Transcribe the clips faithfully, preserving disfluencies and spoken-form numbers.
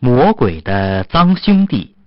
魔鬼的脏兄弟。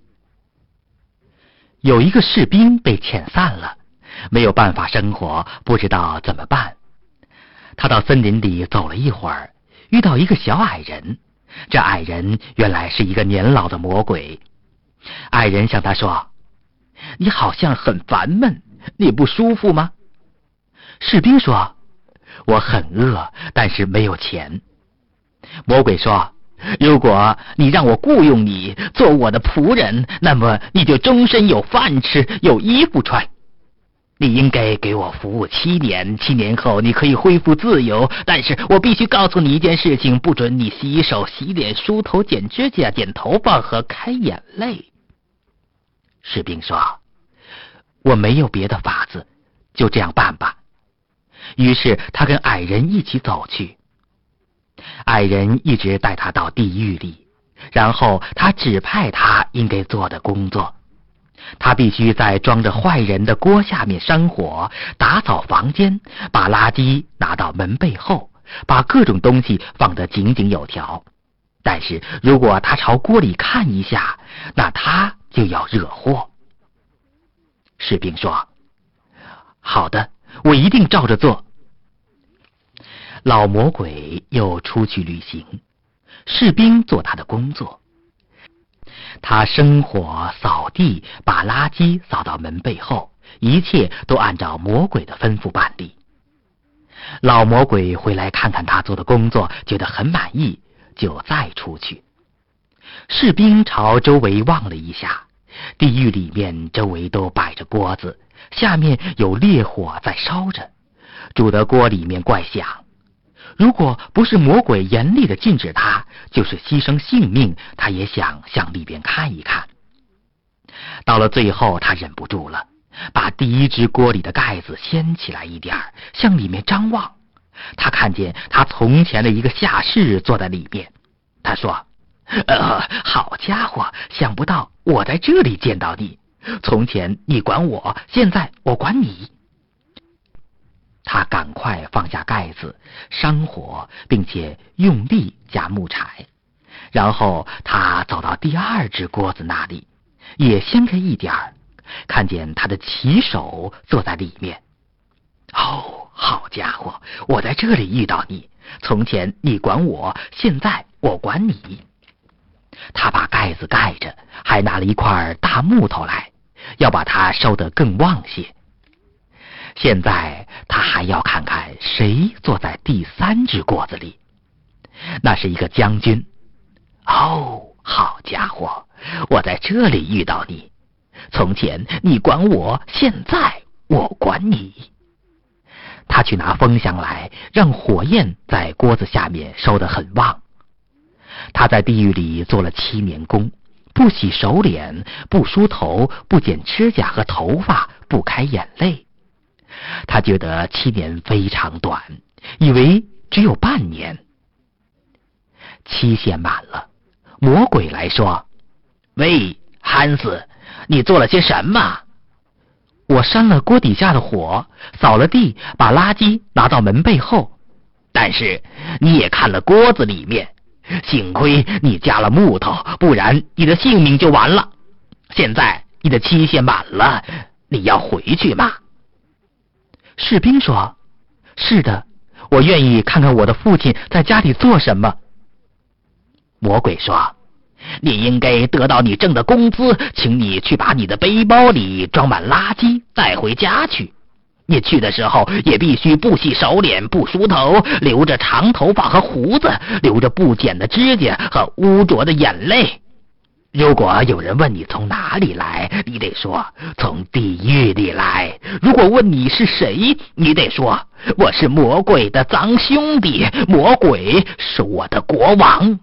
有一个士兵被遣散了，没有办法生活，不知道怎么办。他到森林里走了一会儿，遇到一个小矮人。这矮人原来是一个年老的魔鬼。矮人向他说：“你好像很烦闷，你不舒服吗？”士兵说：“我很饿，但是没有钱。”魔鬼说：“如果你让我雇佣你做我的仆人，那么你就终身有饭吃，有衣服穿。你应该给我服务七年，七年后你可以恢复自由，但是我必须告诉你一件事情，不准你洗手、洗脸、梳头、剪指甲、剪头发和开眼泪。”士兵说：“我没有别的法子，就这样办吧。”于是他跟矮人一起走去。矮人一直带他到地狱里，然后他指派他应该做的工作。他必须在装着坏人的锅下面生火，打扫房间，把垃圾拿到门背后，把各种东西放得井井有条。但是如果他朝锅里看一下，那他就要惹祸。士兵说：“好的，我一定照着做。”老魔鬼又出去旅行，士兵做他的工作。他生火、扫地，把垃圾扫到门背后，一切都按照魔鬼的吩咐办理。老魔鬼回来看看他做的工作，觉得很满意，就再出去。士兵朝周围望了一下，地狱里面周围都摆着锅子，下面有烈火在烧着，煮的锅里面怪响。如果不是魔鬼严厉的禁止他，就是牺牲性命，他也想向里边看一看。到了最后，他忍不住了，把第一只锅里的盖子掀起来一点儿，向里面张望。他看见他从前的一个下士坐在里面。他说：“呃，好家伙，想不到我在这里见到你。从前你管我，现在我管你。”他赶快放下盖子，生火，并且用力加木柴。然后他走到第二只锅子那里，也掀开一点儿，看见他的骑手坐在里面。“哦，好家伙，我在这里遇到你。从前你管我，现在我管你。”他把盖子盖着，还拿了一块大木头来，要把它烧得更旺些。现在他还要看看谁坐在第三只锅子里。那是一个将军。“哦，好家伙，我在这里遇到你。从前你管我，现在我管你。”他去拿风箱来，让火焰在锅子下面烧得很旺。他在地狱里做了七年工，不洗手脸，不梳头，不剪指甲和头发，不开眼泪。他觉得七年非常短，以为只有半年。期限满了，魔鬼来说：“喂，汉斯，你做了些什么？”“我扇了锅底下的火，扫了地，把垃圾拿到门背后。”“但是你也看了锅子里面，幸亏你加了木头，不然你的性命就完了。现在你的期限满了，你要回去吗？”士兵说：“是的，我愿意看看我的父亲在家里做什么。”魔鬼说：“你应该得到你挣的工资，请你去把你的背包里装满垃圾带回家去。你去的时候也必须不洗手脸，不梳头，留着长头发和胡子，留着不剪的指甲和污浊的眼泪。如果有人问你从哪里来，你得说从地狱里来。如果问你是谁，你得说我是魔鬼的脏兄弟，魔鬼是我的国王。”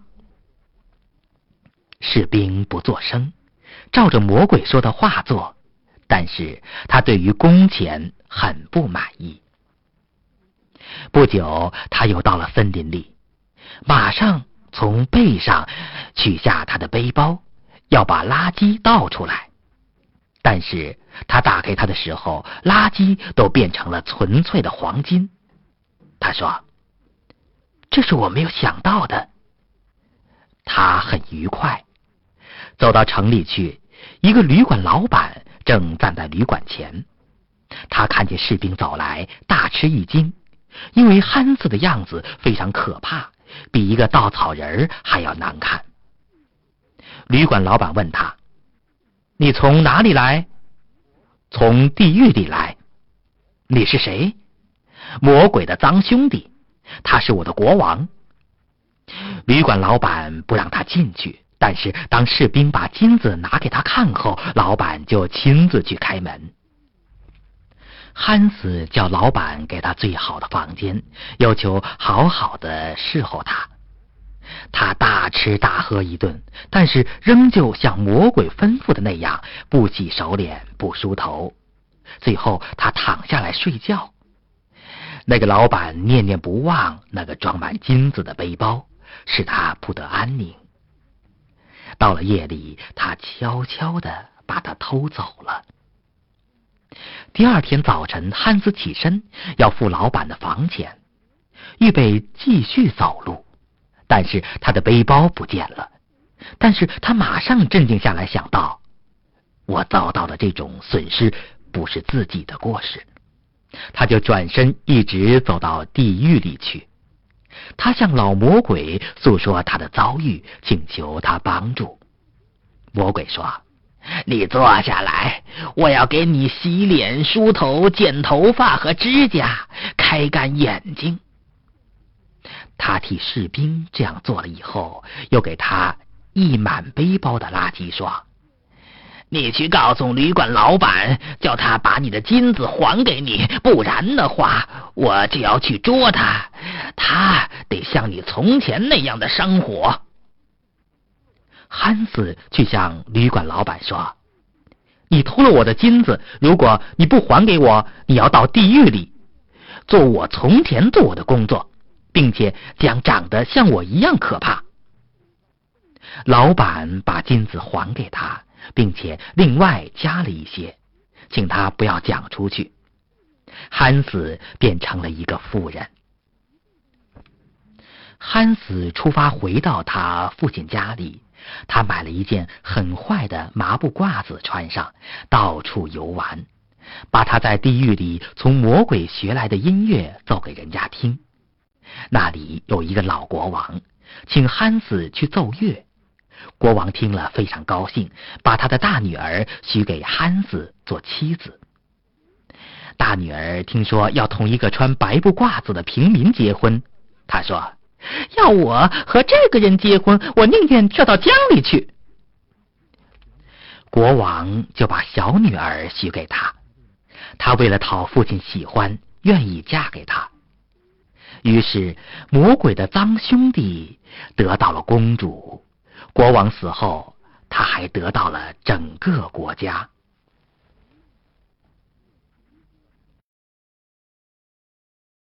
士兵不作声，照着魔鬼说的话做，但是他对于工钱很不满意。不久，他又到了森林里，马上从背上取下他的背包，要把垃圾倒出来。但是他打开它的时候，垃圾都变成了纯粹的黄金。他说：“这是我没有想到的。”他很愉快， 走到城里去，一个旅馆老板正站在旅馆前。他看见士兵走来，大吃一惊，因为憨子的样子非常可怕，比一个稻草人还要难看。旅馆老板问他：你从哪里来？从地狱里来。你是谁？魔鬼的脏兄弟，他是我的国王。旅馆老板不让他进去，但是当士兵把金子拿给他看后，老板就亲自去开门。憨子叫老板给他最好的房间，要求好好的侍候他。他大吃大喝一顿，但是仍旧像魔鬼吩咐的那样，不洗手脸，不梳头。最后他躺下来睡觉。那个老板念念不忘那个装满金子的背包，使他不得安宁。到了夜里，他悄悄地把它偷走了。第二天早晨，憨子起身要付老板的房钱，预备继续走路，但是他的背包不见了。但是他马上镇定下来，想到我遭到的这种损失不是自己的过失，他就转身一直走到地狱里去。他向老魔鬼诉说他的遭遇，请求他帮助。魔鬼说：你坐下来，我要给你洗脸、梳头、剪头发和指甲，开干眼睛。他替士兵这样做了以后，又给他一满背包的垃圾，说：你去告诉旅馆老板，叫他把你的金子还给你，不然的话，我就要去捉他，他得像你从前那样的生活。憨子去向旅馆老板说：你偷了我的金子，如果你不还给我，你要到地狱里做我从前做我的工作，并且将长得像我一样可怕。老板把金子还给他，并且另外加了一些，请他不要讲出去。憨子变成了一个富人。憨子出发回到他父亲家里，他买了一件很坏的麻布褂子穿上，到处游玩，把他在地狱里从魔鬼学来的音乐奏给人家听。那里有一个老国王，请憨子去奏乐。国王听了非常高兴，把他的大女儿许给憨子做妻子。大女儿听说要同一个穿白布褂子的平民结婚，她说：要我和这个人结婚，我宁愿跳到江里去。国王就把小女儿许给他，他为了讨父亲喜欢，愿意嫁给他。于是魔鬼的脏兄弟得到了公主，国王死后，他还得到了整个国家。